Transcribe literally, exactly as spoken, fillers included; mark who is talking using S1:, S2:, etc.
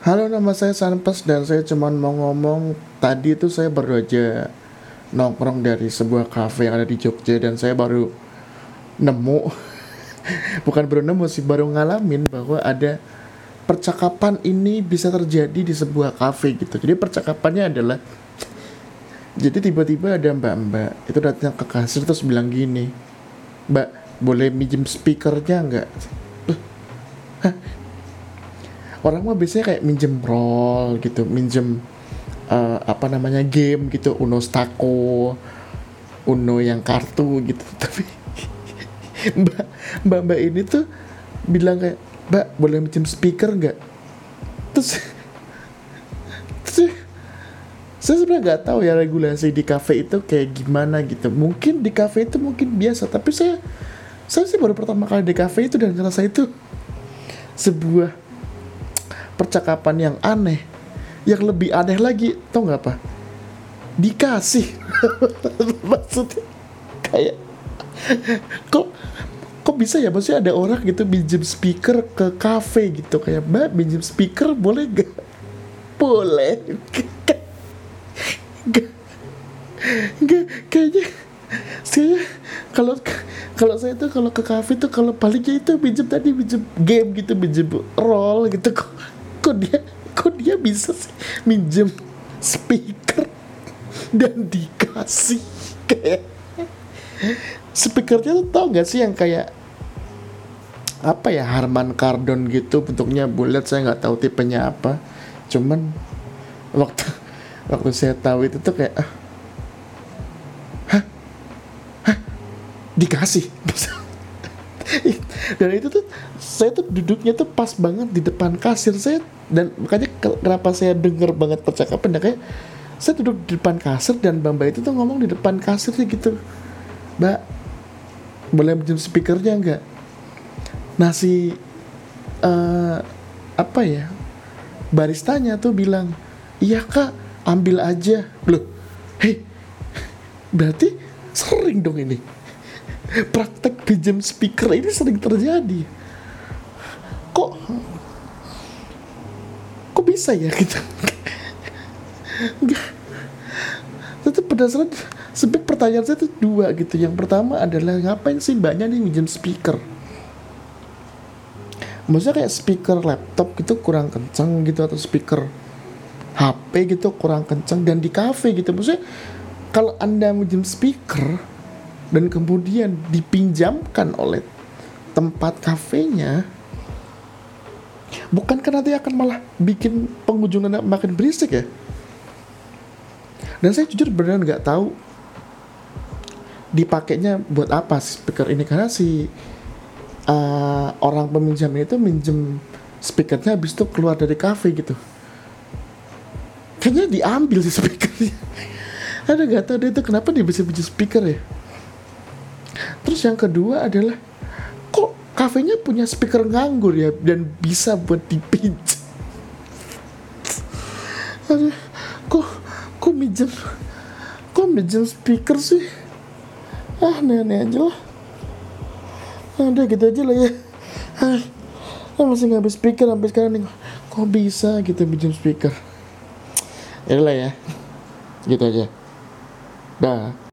S1: Halo, nama saya Sanpes dan saya cuma mau ngomong. Tadi itu saya baru aja nongkrong dari sebuah cafe yang ada di Jogja dan saya baru nemu, bukan baru nemu sih, baru ngalamin bahwa ada percakapan ini bisa terjadi di sebuah cafe gitu. Jadi percakapannya adalah, jadi tiba-tiba ada mbak-mbak itu datang ke kasir terus bilang gini, "Mbak, boleh minjem speakernya nggak?" Orang mah biasanya kayak minjem roll gitu, minjem uh, apa namanya game gitu, Uno Stako, Uno yang kartu gitu. Tapi mbak mbak mbak ini tuh bilang kayak, "Mbak, boleh minjem speaker nggak?" Terus, terus saya sebenarnya nggak tahu ya regulasi di cafe itu kayak gimana gitu. Mungkin di cafe itu mungkin biasa, tapi saya saya sih baru pertama kali di cafe itu dan ngerasa itu sebuah percakapan yang aneh. Yang lebih aneh lagi, tau nggak apa? Dikasih. Maksudnya kayak kok kok bisa ya, maksudnya ada orang gitu minjem speaker ke cafe gitu, kayak, "Mbak, minjem speaker boleh gak?" Boleh. Gak, gak, kayaknya saya kalau kalau saya tuh kalau ke cafe tuh kalau palingnya itu minjem tadi minjem game gitu, minjem roll gitu. Kok, kok dia kok dia bisa sih minjem speaker dan dikasih kayak speakernya tuh, tau gak sih yang kayak apa ya, Harman Kardon gitu, bentuknya bulat, saya nggak tahu tipenya apa, cuman waktu waktu saya tahu itu tuh kayak, ah, hah hah dikasih. Dan itu tuh saya tuh duduknya tuh pas banget di depan kasir saya, dan makanya kenapa saya denger banget percakapan ya, kayak saya duduk di depan kasir dan mbak itu tuh ngomong di depan kasir gitu, "Mbak, boleh minjem speakernya nggak?" Nah si uh, apa ya, baristanya tuh bilang, "Iya kak, ambil aja." Loh, hei, berarti sering dong ini praktek pinjam speaker ini sering terjadi. Kok kok bisa ya gitu? Enggak. Itu penasaran. Sebenarnya pertanyaan saya tuh dua gitu. Yang pertama adalah, ngapain sih mbaknya nih minjem speaker? Maksudnya kayak speaker laptop gitu kurang kencang gitu, atau speaker H P gitu kurang kencang, dan di cafe gitu. Maksudnya kalau Anda minjem speaker dan kemudian dipinjamkan oleh tempat kafenya, bukankah nanti akan malah bikin pengunjung Anda makin berisik ya? Dan saya jujur beneran nggak tahu dipakainya buat apa speaker ini, karena si uh, orang peminjam itu minjem speakernya habis itu keluar dari kafe gitu. Kayaknya diambil sih speakernya. Ada nggak tahu dia itu kenapa dia bisa minjem speaker ya. Terus yang kedua adalah, kok kafenya punya speaker nganggur ya dan bisa buat dipinjam. Aduh, kok kok minjem kok minjem speaker sih? Ah, aneh-aneh aja lah. Udah gitu aja lah ya. Ah, masih nggak habis speaker sampai sekarang nih. Kok bisa gitu minjem speaker? Ya lah ya. Gitu aja. Dah.